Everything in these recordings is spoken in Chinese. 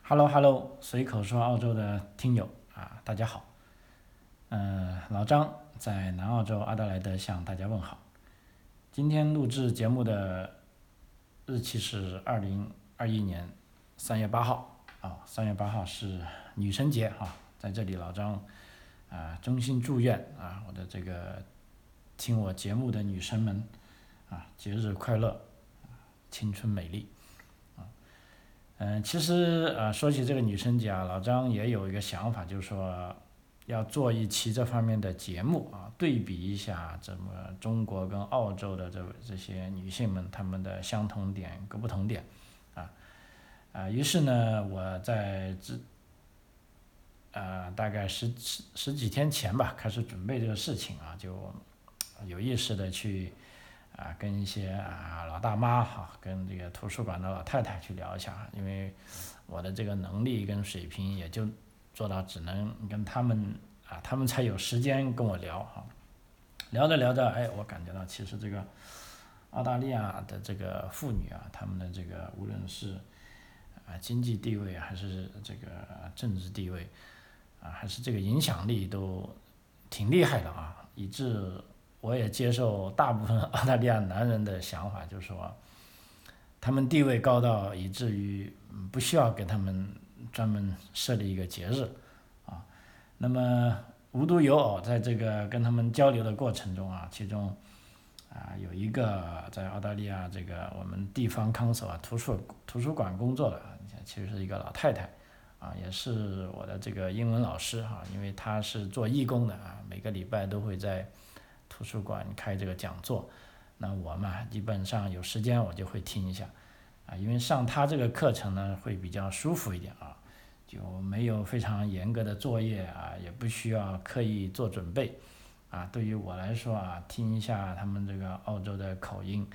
Hello Hello，随口说澳洲的听友大家好。老张在南澳洲阿德莱德向大家问好。今天录制节目的日期是2021年3月8号3月8号是女神节在这里老张衷心祝愿我的这个听我节目的女神们节日快乐，青春美丽。其实说起这个女生节老张也有一个想法，就是说要做一期这方面的节目对比一下怎么中国跟澳洲的这些女性们她们的相同点跟不同点于是呢，我在大概十几天前吧，开始准备这个事情就有意识的去跟一些老大妈跟这个图书馆的老太太去聊一下，因为我的这个能力跟水平也就做到只能跟他们他们才有时间跟我聊聊着聊着，我感觉到其实这个澳大利亚的这个妇女她们的这个无论是经济地位还是这个政治地位还是这个影响力都挺厉害的以致我也接受大部分澳大利亚男人的想法，就是说他们地位高到以至于不需要给他们专门设立一个节日那么无独有偶，在这个跟他们交流的过程中其中有一个在澳大利亚这个我们地方 council 图书馆工作的，其实是一个老太太也是我的这个英文老师因为她是做义工的每个礼拜都会在图书馆开这个讲座，那我嘛基本上有时间我就会听一下因为上他这个课程呢会比较舒服一点就没有非常严格的作业也不需要刻意做准备对于我来说听一下他们这个澳洲的口音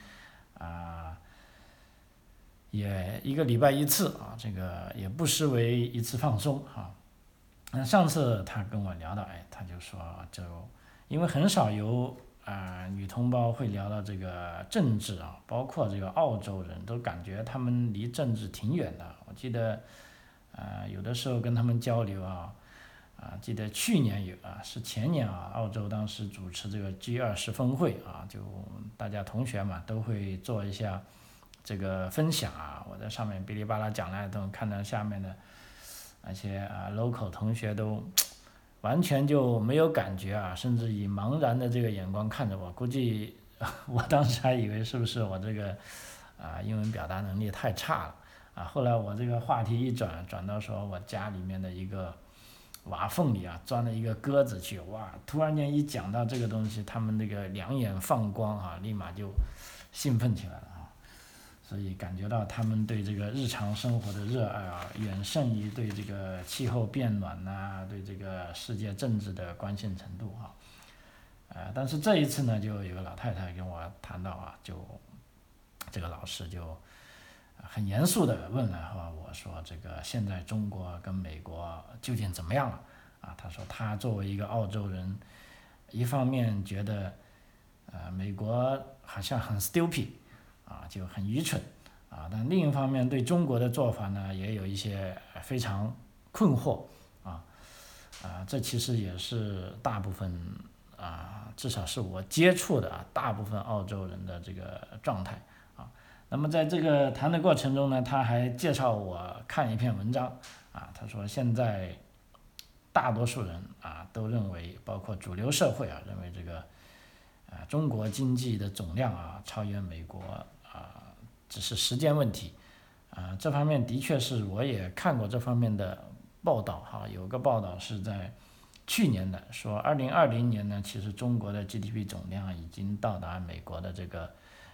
也一个礼拜一次这个也不失为一次放松那上次他跟我聊到他就说因为很少有女同胞会聊到这个政治包括这个澳洲人都感觉他们离政治挺远的。我记得有的时候跟他们交流记得去年是前年澳洲当时主持这个 G20 峰会就大家同学嘛都会做一下这个分享我在上面哔哩吧啦讲来都看到下面的那些local 同学都完全就没有感觉甚至以茫然的这个眼光看着我，估计我当时还以为是不是我这个英文表达能力太差了后来我这个话题一转到说我家里面的一个瓦缝里钻了一个鸽子去，哇！突然间一讲到这个东西，他们那个两眼放光立马就兴奋起来了所以感觉到他们对这个日常生活的热爱远胜于对这个气候变暖对这个世界政治的关心程度但是这一次呢，就有个老太太跟我谈到就这个老师就很严肃地问了我说这个现在中国跟美国究竟怎么样了他说他作为一个澳洲人，一方面觉得美国好像很 stupid就很愚蠢但另一方面对中国的做法呢也有一些非常困惑这其实也是大部分至少是我接触的大部分澳洲人的这个状态那么在这个谈的过程中呢，他还介绍我看一篇文章他说现在大多数人都认为，包括主流社会认为这个中国经济的总量超越美国只是时间问题这方面的确是我也看过这方面的报道有个报道是在去年的，说2020年呢，其实中国的 GDP 总量已经到达美国的这个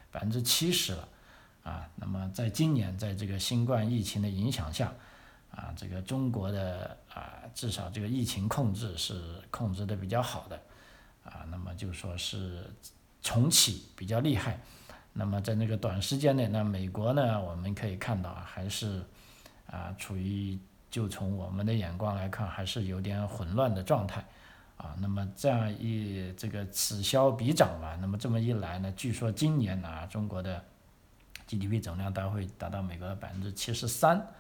70%了那么在今年在这个新冠疫情的影响下这个中国的至少这个疫情控制是控制的比较好的那么就说是重启比较厉害。那么在那个短时间内呢，美国呢我们可以看到还是处于就从我们的眼光来看还是有点混乱的状态那么这样这个此消彼长吧，那么这么一来呢，据说今年中国的 GDP 总量大会达到美国的73%，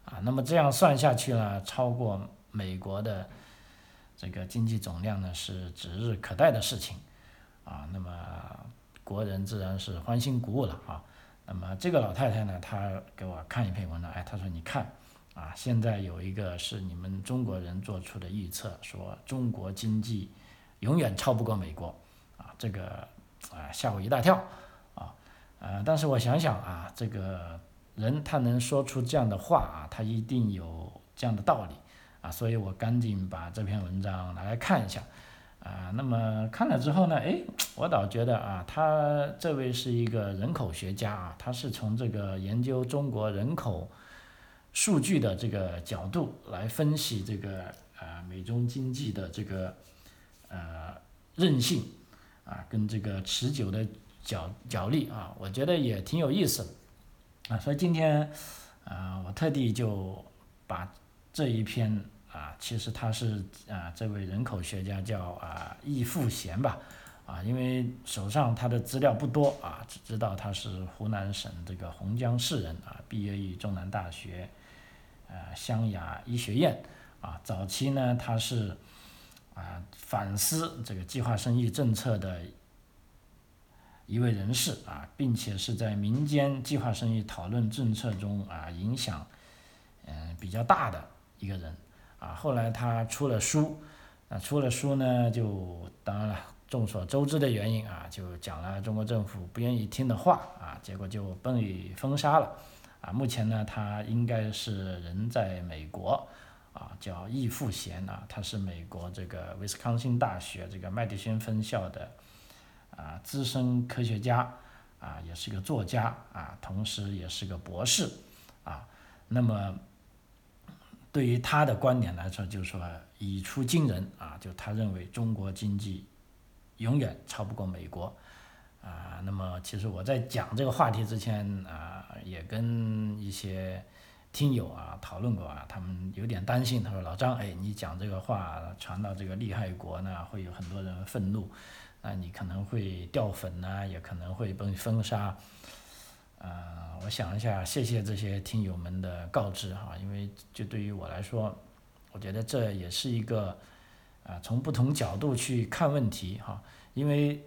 那么这样算下去呢，超过美国的这个经济总量呢是指日可待的事情那么国人自然是欢欣鼓舞了那么这个老太太呢，她给我看一篇文章，她说你看现在有一个是你们中国人做出的预测，说中国经济永远超不过美国这个吓我一大跳但是我想想这个人他能说出这样的话他一定有这样的道理所以我赶紧把这篇文章拿来看一下那么看了之后呢，我倒觉得他这位是一个人口学家他是从这个研究中国人口数据的这个角度来分析这个美中经济的这个韧性跟这个持久的角力我觉得也挺有意思的所以今天我特地就把这一篇其实他是这位人口学家叫易富贤吧因为手上他的资料不多只知道他是湖南省这个洪江市人毕业于中南大学湘雅医学院早期呢他是反思这个计划生育政策的一位人士并且是在民间计划生育讨论政策中影响比较大的一个人后来他出了书呢就当然了众所周知的原因就讲了中国政府不愿意听的话结果就被封杀了目前呢他应该是人在美国叫易富贤他是美国这个威斯康星大学这个麦迪逊分校的资深科学家也是个作家同时也是个博士那么对于他的观点来说，就是说语出惊人就他认为中国经济永远超不过美国那么其实我在讲这个话题之前也跟一些听友讨论过他们有点担心，他说老张你讲这个话传到这个利害国呢，会有很多人愤怒你可能会掉粉也可能会被封杀我想一下，谢谢这些听友们的告知因为就对于我来说，我觉得这也是一个从不同角度去看问题因为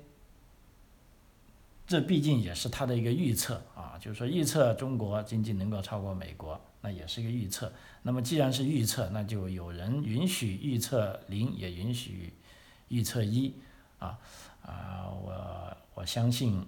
这毕竟也是他的一个预测就是说预测中国经济能够超过美国，那也是一个预测。那么既然是预测，那就有人允许预测0，也允许预测1我相信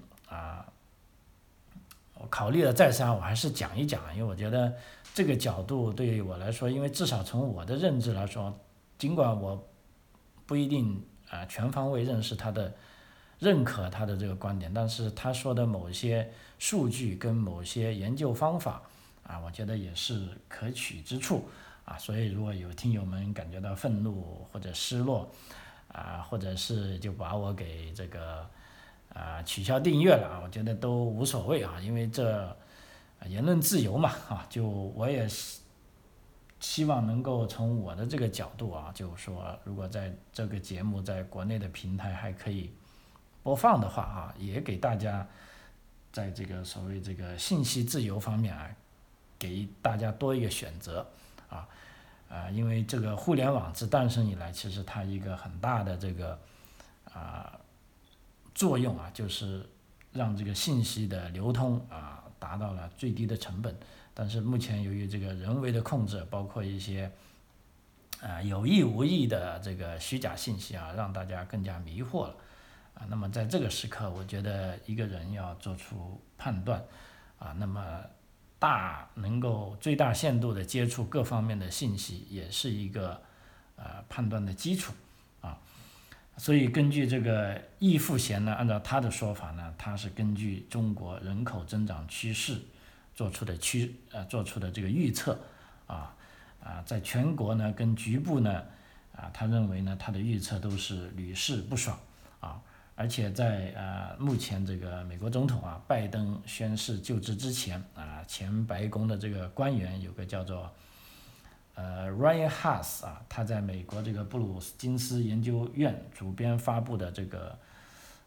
我考虑了再三，我还是讲一讲，因为我觉得这个角度对于我来说，因为至少从我的认知来说，尽管我不一定全方位认可他的这个观点，但是他说的某些数据跟某些研究方法我觉得也是可取之处所以如果有听友们感觉到愤怒或者失落或者是就把我给这个取消订阅了我觉得都无所谓因为这言论自由嘛就我也希望能够从我的这个角度就是说如果在这个节目在国内的平台还可以播放的话也给大家在这个所谓这个信息自由方面给大家多一个选择因为这个互联网自诞生以来，其实它一个很大的这个作用就是让这个信息的流通达到了最低的成本。但是目前由于这个人为的控制，包括一些有意无意的这个虚假信息让大家更加迷惑了那么在这个时刻，我觉得一个人要做出判断那么能够最大限度的接触各方面的信息，也是一个判断的基础所以根据这个易富贤呢，按照他的说法呢，他是根据中国人口增长趋势做出的这个预测在全国呢跟局部呢他认为呢他的预测都是屡试不爽而且在目前这个美国总统拜登宣誓就职之前前白宫的这个官员有个叫做Ryan Haas 他在美国这个布鲁金斯研究院主编发布的这个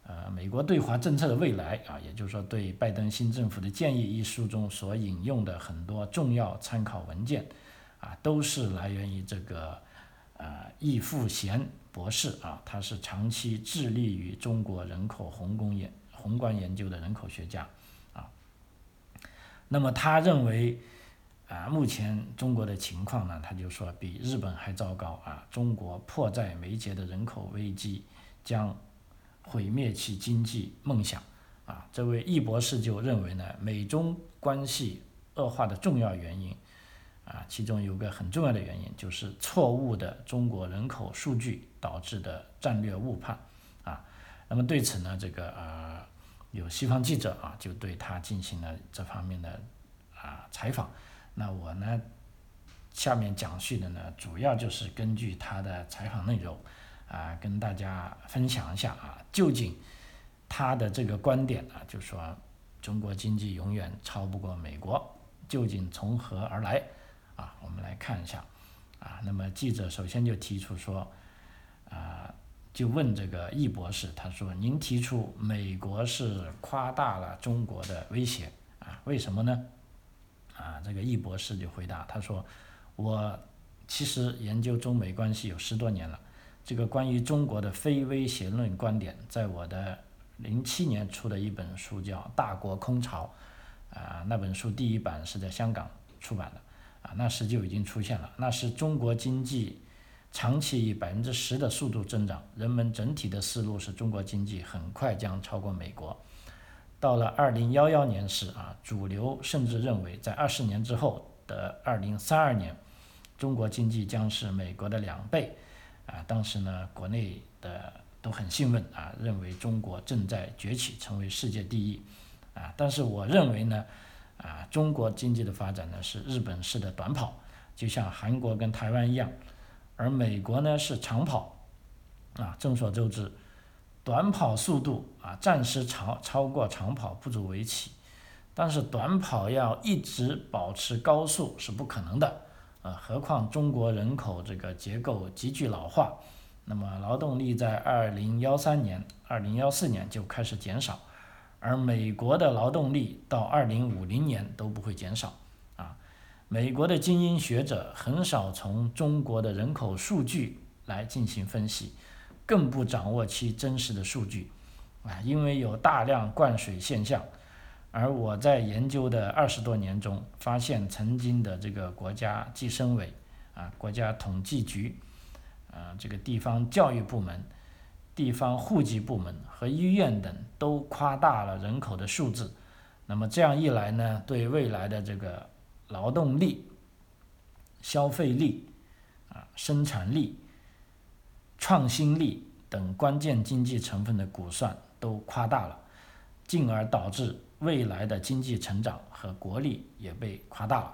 美国对华政策的未来啊，也就是说对拜登新政府的建议一书中所引用的很多重要参考文件啊，都是来源于这个易富贤博士啊，他是长期致力于中国人口宏观研究的人口学家啊。那么他认为目前中国的情况呢，他就说比日本还糟糕啊，中国迫在眉睫的人口危机将毁灭其经济梦想啊。这位易博士就认为呢，美中关系恶化的重要原因啊，其中有个很重要的原因就是错误的中国人口数据导致的战略误判啊。那么对此呢，有西方记者啊就对他进行了这方面的采访。那我呢下面讲述的呢，主要就是根据他的采访内容跟大家分享一下究竟他的这个观点就说中国经济永远超不过美国，究竟从何而来我们来看一下那么记者首先就提出说就问这个易博士，他说您提出美国是夸大了中国的威胁为什么呢这个易博士就回答，他说我其实研究中美关系有10多年了，这个关于中国的非威胁论观点在我的07年出的一本书叫《大国空巢》那本书第一版是在香港出版的那时就已经出现了。那时中国经济长期以10%的速度增长，人们整体的思路是中国经济很快将超过美国。到了2011年时主流甚至认为在20年之后的2032年，中国经济将是美国的2倍当时呢国内的都很兴奋认为中国正在崛起成为世界第一但是我认为呢中国经济的发展呢是日本式的短跑，就像韩国跟台湾一样，而美国呢是长跑众所周知，短跑速度暂时超过长跑不足为奇，但是短跑要一直保持高速是不可能的何况中国人口这个结构急剧老化，那么劳动力在2013年、2014年就开始减少，而美国的劳动力到2050年都不会减少美国的精英学者很少从中国的人口数据来进行分析，更不掌握其真实的数据因为有大量灌水现象。而我在研究的20多年中发现，曾经的这个国家计生委国家统计局这个地方教育部门、地方户籍部门和医院等都夸大了人口的数字。那么这样一来呢，对未来的这个劳动力、消费力生产力、创新力等关键经济成分的估算都夸大了，进而导致未来的经济成长和国力也被夸大了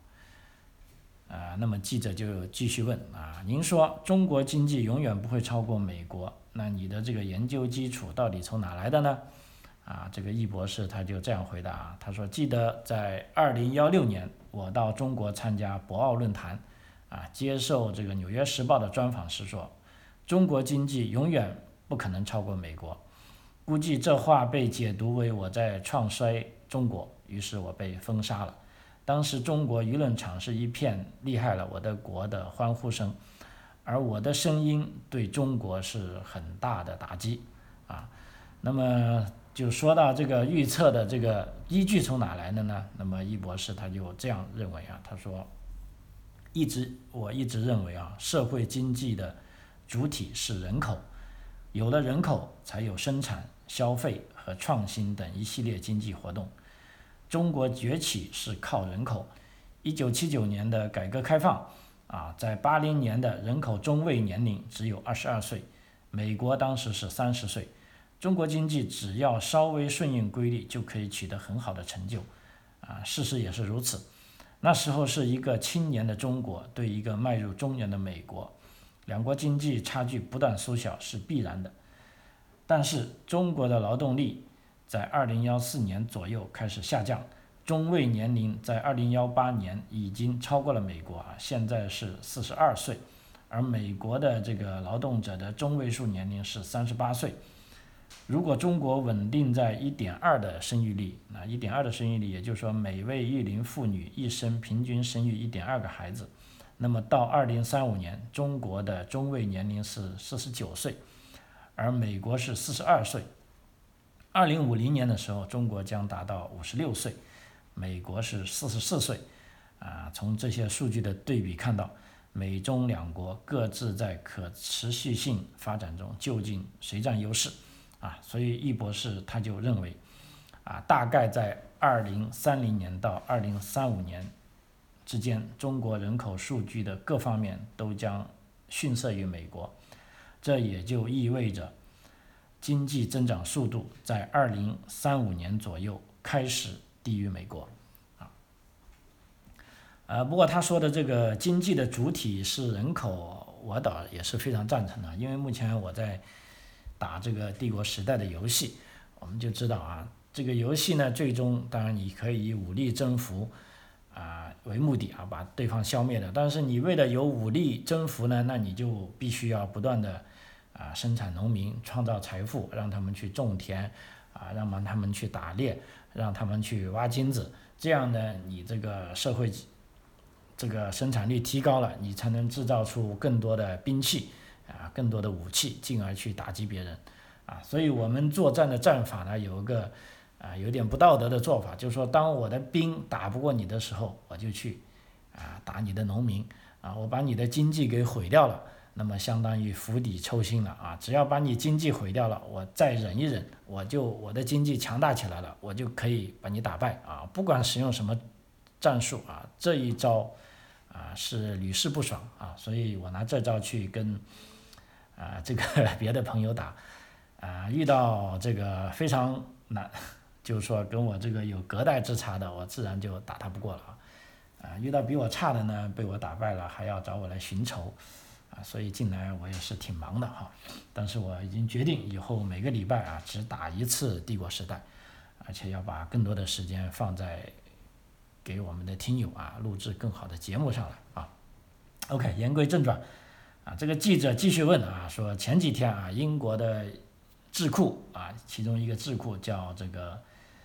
那么记者就继续问您说中国经济永远不会超过美国，那你的这个研究基础到底从哪来的呢这个易博士他就这样回答他说记得在2016年我到中国参加博鳌论坛接受这个纽约时报的专访时说，中国经济永远不可能超过美国。估计这话被解读为我在唱衰中国，于是我被封杀了。当时中国舆论场是一片厉害了我的国的欢呼声，而我的声音对中国是很大的打击那么就说到这个预测的这个依据从哪来的呢？那么易博士他就这样认为他说我一直认为社会经济的主体是人口，有了人口才有生产、消费和创新等一系列经济活动。中国崛起是靠人口。1979年的改革开放在80年的人口中位年龄只有22岁，美国当时是30岁。中国经济只要稍微顺应规律就可以取得很好的成就事实也是如此。那时候是一个青年的中国对一个迈入中年的美国，两国经济差距不断缩小是必然的。但是中国的劳动力在2014年左右开始下降，中位年龄在2018年已经超过了美国现在是42岁，而美国的这个劳动者的中位数年龄是38岁。 如果中国稳定在 1.2 的生育率，那 1.2 的生育率，也就是说每位育龄妇女一生平均生育 1.2 个孩子，那么到2035年，中国的中位年龄是49岁，而美国是42岁。2050年的时候，中国将达到56岁，美国是44岁。从这些数据的对比看到，美中两国各自在可持续性发展中究竟谁占优势？所以易博士他就认为，大概在2030年到2035年之间，中国人口数据的各方面都将逊色于美国，这也就意味着经济增长速度在2035年左右开始低于美国。不过他说的这个经济的主体是人口，我倒也是非常赞成的，因为目前我在打这个帝国时代的游戏，我们就知道这个游戏呢，最终当然你可以以武力征服为目的把对方消灭的，但是你为了有武力征服呢，那你就必须要不断的生产农民，创造财富，让他们去种田让他们去打猎，让他们去挖金子，这样呢，你这个社会这个生产力提高了，你才能制造出更多的兵器更多的武器，进而去打击别人所以我们作战的战法呢，有一个有点不道德的做法，就是说当我的兵打不过你的时候，我就去打你的农民我把你的经济给毁掉了，那么相当于釜底抽薪了只要把你经济毁掉了，我再忍一忍，我的经济强大起来了，我就可以把你打败不管使用什么战术这一招是屡试不爽所以我拿这招去跟这个别的朋友打遇到这个非常难，就是说跟我这个有隔代之差的，我自然就打他不过了遇到比我差的呢，被我打败了，还要找我来寻仇所以近来我也是挺忙的但是我已经决定以后每个礼拜只打一次帝国时代，而且要把更多的时间放在给我们的听友录制更好的节目上来OK， 言归正传这个记者继续问说前几天英国的智库其中一个智库叫这个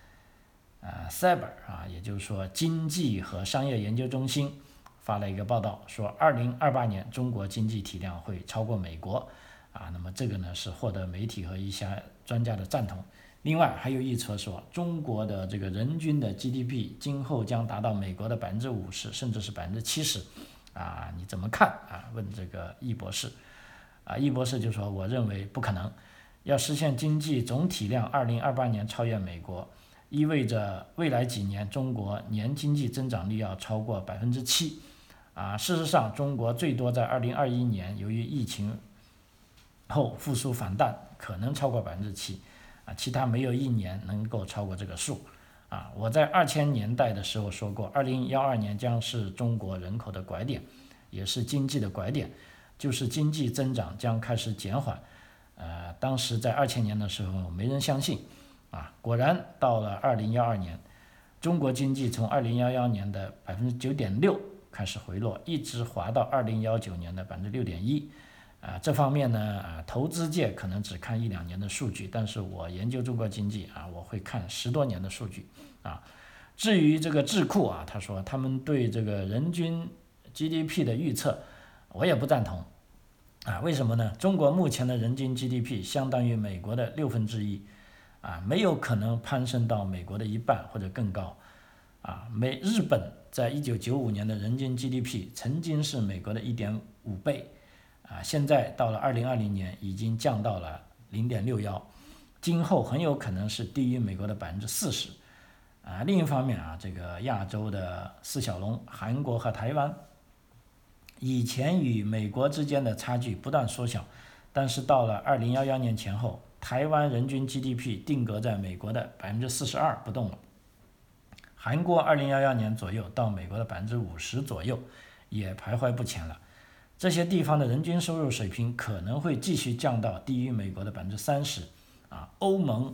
Saber 也就是说经济和商业研究中心发了一个报道，说2028年中国经济体量会超过美国那么这个呢是获得媒体和一些专家的赞同。另外还有一则说，中国的这个人均的 GDP 今后将达到美国的50%，甚至是70%你怎么看问这个易博士易博士就说，我认为不可能，要实现经济总体量2028年超越美国，意味着未来几年中国年经济增长率要超过7%事实上中国最多在2021年由于疫情后复苏反弹可能超过7%其他没有一年能够超过这个数我在2000年代的时候说过，2012年将是中国人口的拐点，也是经济的拐点，就是经济增长将开始减缓当时在2000年的时候没人相信果然到了2012年，中国经济从2011年的 9.6% 开始回落，一直滑到2019年的 6.1%这方面呢投资界可能只看1-2年的数据，但是我研究中国经济我会看10多年的数据至于这个智库他说他们对这个人均 GDP 的预测我也不赞同为什么呢？中国目前的人均 GDP 相当于美国的1/6没有可能攀升到美国的1半或者更高日本在1995年的人均 GDP 曾经是美国的 1.5 倍现在到了2020年已经降到了 0.61， 今后很有可能是低于美国的 40%另一方面这个亚洲的四小龙韩国和台湾以前与美国之间的差距不断缩小，但是到了2011年前后，台湾人均 GDP 定格在美国的 42% 不动了，韩国2011年左右到美国的 50% 左右也徘徊不前了，这些地方的人均收入水平可能会继续降到低于美国的 30%欧盟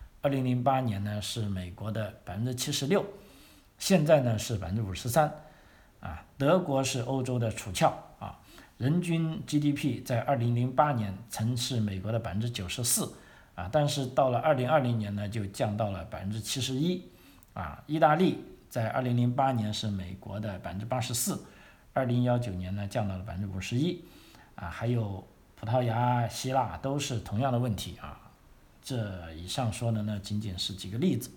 2008年呢是美国的 76%， 现在呢是 53%德国是欧洲的楚翘人均 GDP 在2008年曾是美国的 94%， 但是到了2020年呢，就降到了71%，意大利在2008年是美国的84%，2019年呢降到了51%，还有葡萄牙、希腊都是同样的问题这以上说的呢仅仅是几个例子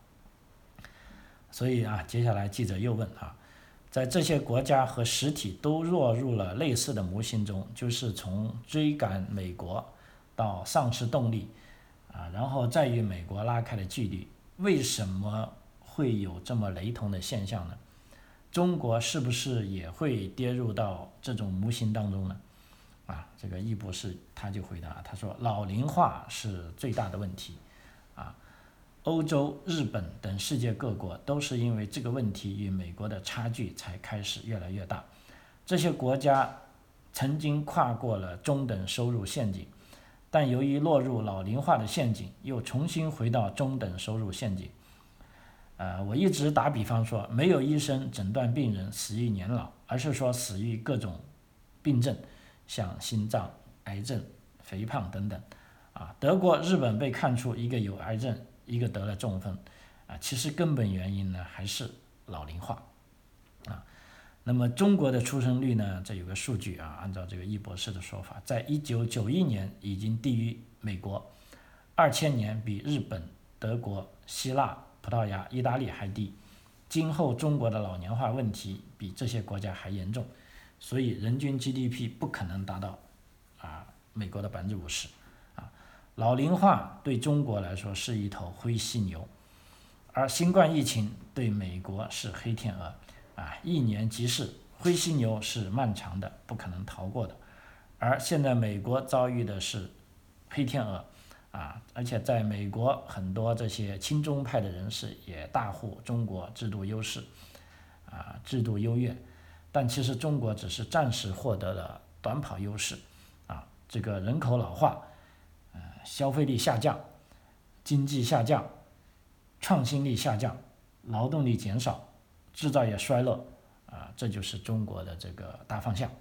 所以接下来记者又问在这些国家和实体都落入了类似的模型中，就是从追赶美国到丧失动力然后再与美国拉开了距离，为什么会有这么雷同的现象呢？中国是不是也会跌入到这种模型当中呢？这个易博士他就回答，他说老龄化是最大的问题欧洲、日本等世界各国都是因为这个问题与美国的差距才开始越来越大。这些国家曾经跨过了中等收入陷阱，但由于落入老龄化的陷阱，又重新回到中等收入陷阱。我一直打比方说，没有医生诊断病人死于年老，而是说死于各种病症，像心脏、癌症、肥胖等等。德国、日本被看出一个有癌症，一个得了中风，其实根本原因呢还是老龄化。那么中国的出生率呢，这有个数据按照这个易博士的说法，在1991年已经低于美国，2000年比日本、德国、希腊、葡萄牙、意大利还低。今后中国的老年化问题比这些国家还严重，所以人均 GDP 不可能达到美国的50%。老龄化对中国来说是一头灰犀牛，而新冠疫情对美国是黑天鹅一年即逝，灰犀牛是漫长的，不可能逃过的。而现在美国遭遇的是黑天鹅而且在美国很多这些亲中派的人士也大呼中国制度优势制度优越，但其实中国只是暂时获得了短跑优势这个人口老化消费力下降，经济下降，创新力下降，劳动力减少，制造业衰落这就是中国的这个大方向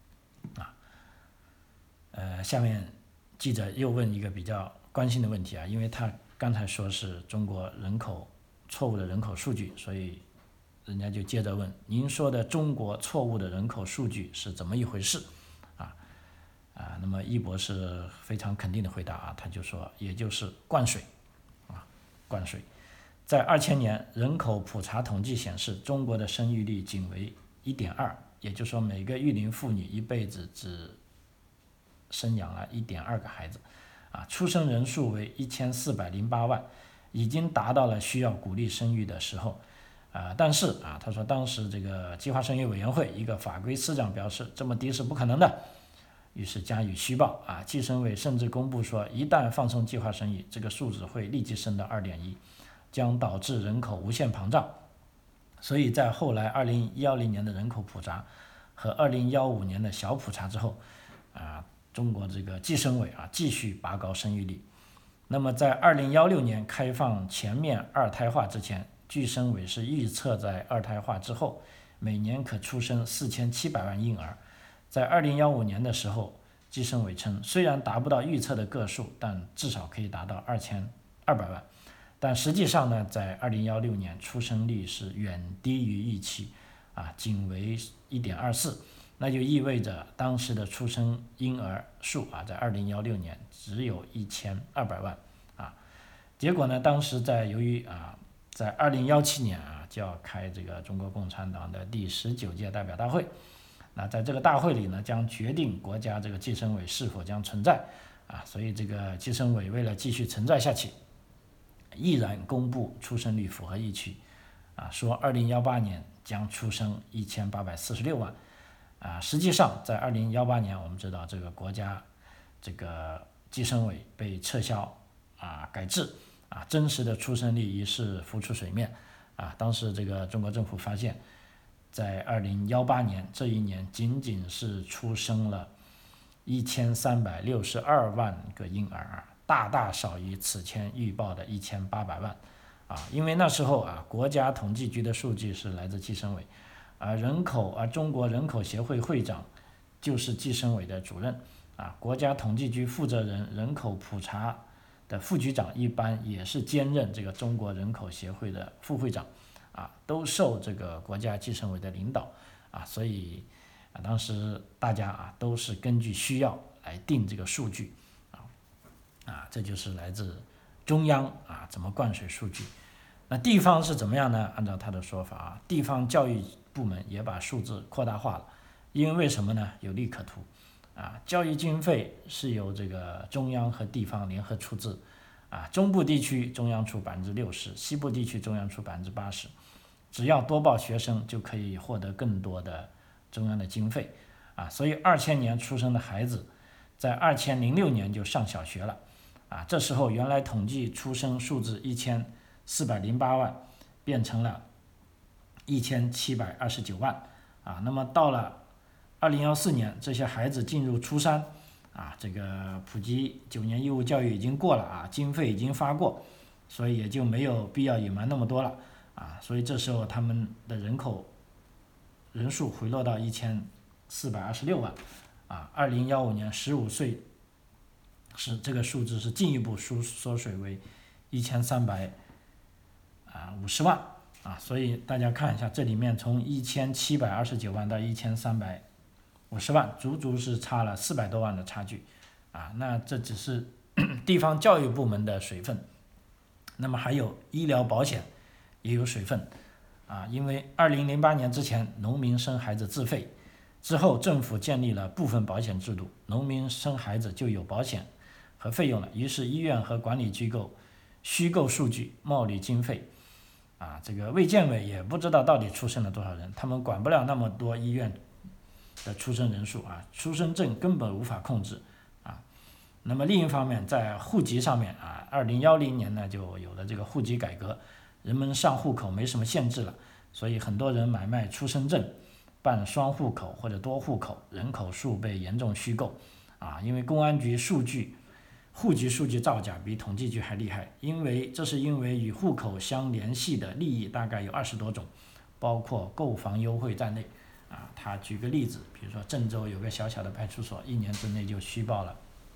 下面记者又问一个比较关心的问题因为他刚才说是中国错误的人口数据，所以人家就接着问，您说的中国错误的人口数据是怎么一回事那么易博士非常肯定的回答他就说，也就是灌水灌水。在2000年人口普查统计显示，中国的生育率仅为 1.2， 也就是说每个育龄妇女一辈子只生养了 1.2 个孩子出生人数为1408万，已经达到了需要鼓励生育的时候但是他说当时这个计划生育委员会一个法规司长表示，这么低是不可能的，于是加以虚报计生委甚至公布说，一旦放松计划生育，这个数字会立即升到 2.1， 将导致人口无限膨胀。所以在后来2010年的人口普查和2015年的小普查之后中国这个计生委继续拔高生育率。那么在2016年开放全面二胎化之前，计生委是预测在二胎化之后每年可出生4700万婴儿。在2015年的时候，计生委称虽然达不到预测的个数，但至少可以达到2200万。但实际上呢，在2016年出生率是远低于预期仅为 1.24， 那就意味着当时的出生婴儿数在2016年只有1200万结果呢，当时由于在2017年就要开这个中国共产党的第19届代表大会，那在这个大会里呢，将决定国家这个计生委是否将存在所以这个计生委为了继续存在下去，毅然公布出生率符合预期说2018年将出生1846万实际上在2018年我们知道这个国家这个计生委被撤销改制真实的出生率于是浮出水面当时这个中国政府发现，在2018年这一年仅仅是出生了1362万个婴儿大大少于此前预报的1800万因为那时候国家统计局的数据是来自计生委中国人口协会会长就是计生委的主任国家统计局负责人人口普查的副局长一般也是兼任这个中国人口协会的副会长，都受这个国家计生委的领导，所以当时大家都是根据需要来定这个数据，这就是来自中央怎么灌水数据。那地方是怎么样呢？按照他的说法地方教育部门也把数字扩大化了，因为什么呢？有利可图。教育经费是由这个中央和地方联合出资，中部地区中央出60%，西部地区中央出80%，只要多报学生就可以获得更多的中央的经费，所以2000年出生的孩子在2006年就上小学了，这时候原来统计出生数字1408万变成了1729万，那么到了2014年，这些孩子进入初三，这个普及9年义务教育已经过了，经费已经发过，所以也就没有必要隐瞒那么多了，所以这时候他们的人数回落到1426万，2015年15岁是这个数字是进一步缩水为1350万，所以大家看一下这里面从1729万到1350万，足足是差了400多万的差距，那这只是地方教育部门的水分，那么还有医疗保险也有水分，因为2008年之前农民生孩子自费，之后政府建立了部分保险制度，农民生孩子就有保险和费用了，于是医院和管理机构虚构数据冒领经费，这个卫健委也不知道到底出生了多少人，他们管不了那么多医院的出生人数，出生证根本无法控制，那么另一方面在户籍上面2010年呢就有了这个户籍改革，人们上户口没什么限制了，所以很多人买卖出生证办双户口或者多户口，人口数被严重虚构，因为公安局户籍数据造假比统计局还厉害，这是因为与户口相联系的利益大概有20多种，包括购房优惠在内，他举个例子，比如说郑州有个小小的派出所，1年之内就虚报了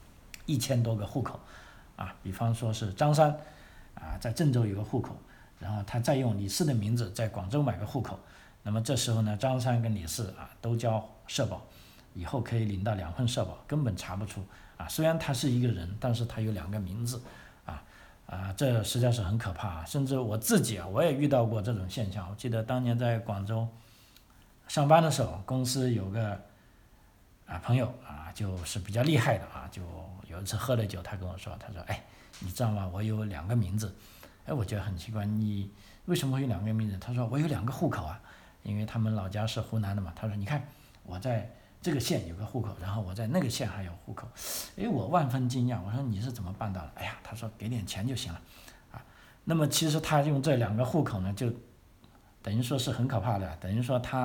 1000多个户口，比方说是张三，在郑州有个户口，然后他再用李四的名字在广州买个户口，那么这时候呢，张三跟李四都交社保，以后可以领到2份社保，根本查不出，虽然他是一个人，但是他有2个名字，这实在是很可怕，甚至我自己我也遇到过这种现象。我记得当年在广州上班的时候，公司有个朋友就是比较厉害的就有一次喝了酒，他跟我说，他说你知道吗，我有2个名字，我觉得很奇怪，你为什么会有2个名字？他说我有2个户口因为他们老家是湖南的嘛，他说你看我在这个县有个户口，然后我在那个县还有户口，我万分惊讶，我说你是怎么办到的？他说给点钱就行了，那么其实他用这2个户口呢，就等于说是很可怕的，等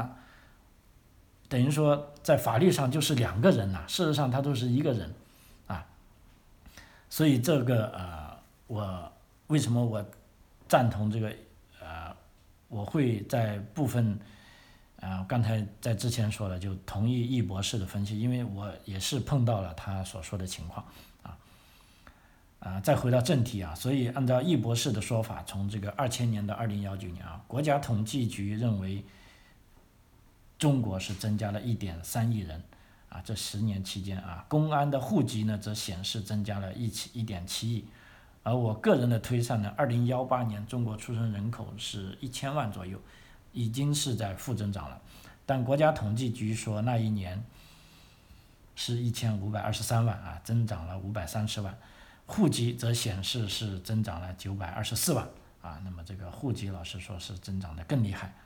于说在法律上就是2个人事实上他都是一个人，所以这个我为什么我赞同这个我会在部分刚才在之前说了，就同意易博士的分析，因为我也是碰到了他所说的情况再回到正题所以按照易博士的说法，从这个2000年到2019年国家统计局认为中国是增加了1.3亿人这10年期间公安的户籍呢则显示增加了1.7亿，而我个人的推算呢，2018年中国出生人口是1000万左右，已经是在负增长了，但国家统计局说那一年是1523万增长了530万，户籍则显示是增长了924万那么这个户籍老实说是增长的更厉害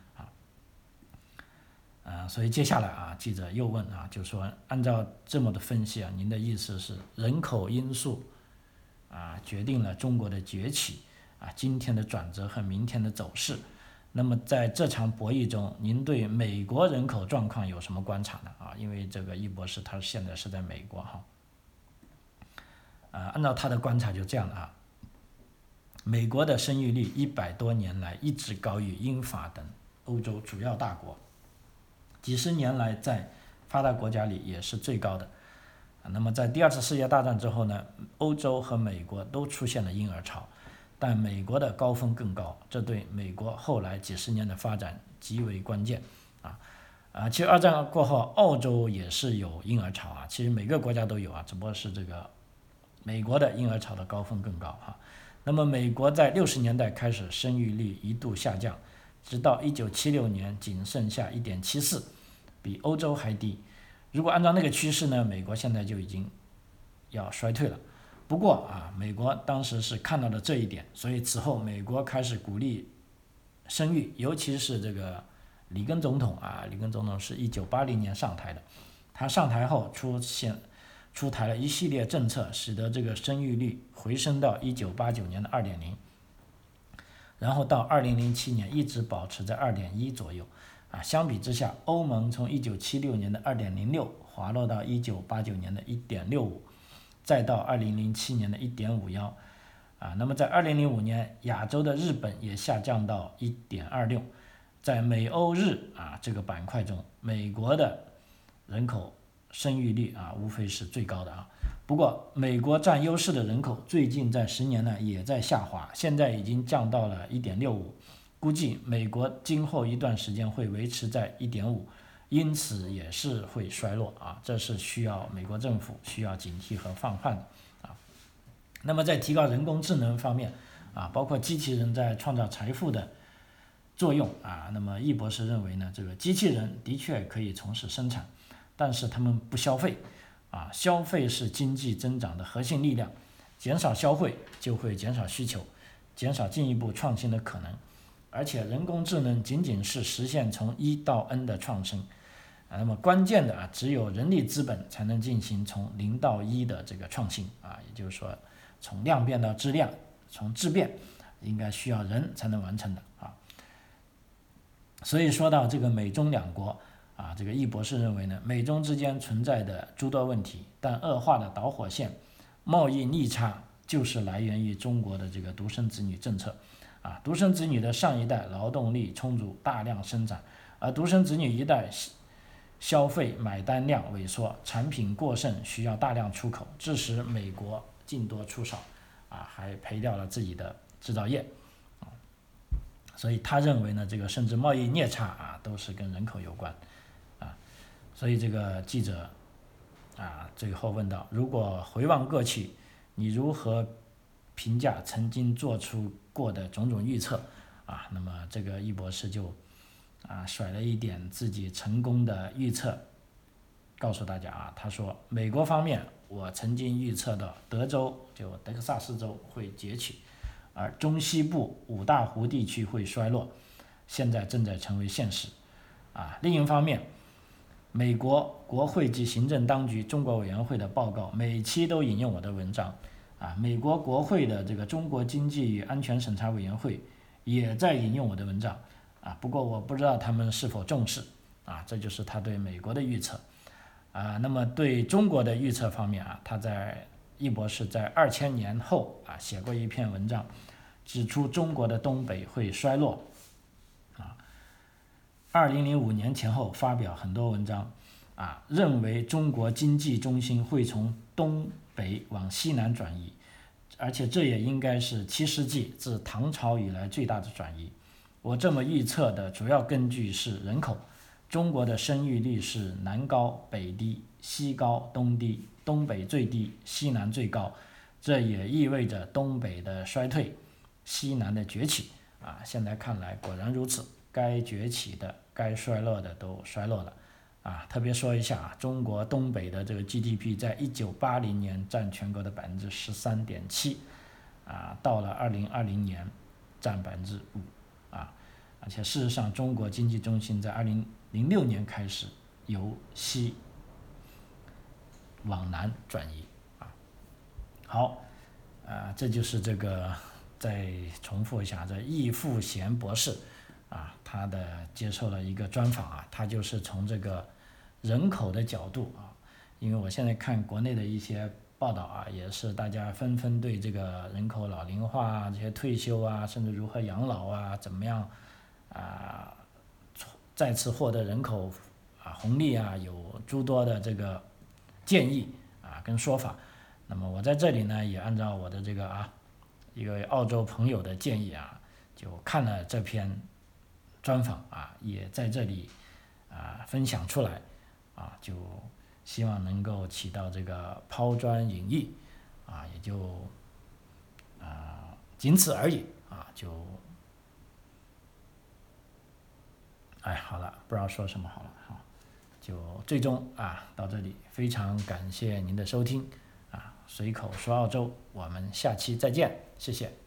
所以接下来记者又问就说按照这么的分析您的意思是人口因素决定了中国的崛起今天的转折和明天的走势，那么在这场博弈中，您对美国人口状况有什么观察呢？因为这个易博士他现在是在美国按照他的观察就这样的美国的生育率100多年来一直高于英法等欧洲主要大国，几十年来在发达国家里也是最高的。 那么在第二次世界大战之后呢，欧洲和美国都出现了婴儿潮，但美国的高峰更高，这对美国后来几十年的发展极为关键其实二战过后，澳洲也是有婴儿潮其实每个国家都有只不过是这个美国的婴儿潮的高峰更高那么美国在60年代开始生育率一度下降，直到1976年仅剩下1.74，比欧洲还低。如果按照那个趋势呢，美国现在就已经要衰退了。不过美国当时是看到了这一点，所以此后美国开始鼓励生育，尤其是这个里根总统里根总统是1980年上台的，他上台后出台了一系列政策，使得这个生育率回升到1989年的2.0，然后到2007年一直保持在2.1左右相比之下，欧盟从1976年的2.06滑落到1989年的1.65，再到2007年的1.51那么在2005年，亚洲的日本也下降到1.26。在美欧日这个板块中，美国的人口生育率无非是最高的不过美国占优势的人口最近在10年呢也在下滑，现在已经降到了1.65，估计美国今后一段时间会维持在1.5，因此也是会衰落这是需要美国政府需要警惕和防范的那么在提高人工智能方面包括机器人在创造财富的作用那么易博士认为呢，这个机器人的确可以从事生产，但是他们不消费消费是经济增长的核心力量，减少消费就会减少需求，减少进一步创新的可能，而且人工智能仅仅是实现从1到 N 的创新那么关键的只有人力资本才能进行从0到1的这个创新也就是说从量变到质量，从质变应该需要人才能完成的所以说到这个美中两国这个易博士认为呢，美中之间存在的诸多问题，但恶化的导火线贸易逆差就是来源于中国的这个独生子女政策独生子女的上一代劳动力充足，大量生产，而独生子女一代消费买单量萎缩，产品过剩，需要大量出口，致使美国进多出少还赔掉了自己的制造业所以他认为呢，这个甚至贸易逆差都是跟人口有关所以这个记者最后问到，如果回望过去，你如何评价曾经做出过的种种预测那么这个易博士就甩了一点自己成功的预测告诉大家他说美国方面我曾经预测到德州就德克萨斯州会崛起，而中西部五大湖地区会衰落，现在正在成为现实另一方面，美国国会及行政当局中国委员会的报告每期都引用我的文章美国国会的这个中国经济与安全审查委员会也在引用我的文章不过我不知道他们是否重视这就是他对美国的预测那么对中国的预测方面易博士在2000年后写过一篇文章，指出中国的东北会衰落2005年前后发表很多文章认为中国经济中心会从东北往西南转移，而且这也应该是7世纪自唐朝以来最大的转移。我这么预测的主要根据是人口，中国的生育率是南高北低，西高东低，东北最低，西南最高，这也意味着东北的衰退，西南的崛起现在看来果然如此，该崛起的该衰落的都衰落了特别说一下中国东北的这个 GDP 在1980年占全国的13.7%到了2020年占5%而且事实上中国经济中心在2006年开始由西往南转移好这就是这个再重复一下，这易富贤博士他的接受了一个专访他就是从这个人口的角度因为我现在看国内的一些报道也是大家纷纷对这个人口老龄化这些退休甚至如何养老怎么样再次获得人口红利有诸多的这个建议跟说法。那么我在这里呢，也按照我的这个一个澳洲朋友的建议就看了这篇专访也在这里分享出来就希望能够起到这个抛砖引玉也就仅此而已好了，不知道说什么好了就最终到这里，非常感谢您的收听随口说澳洲，我们下期再见，谢谢。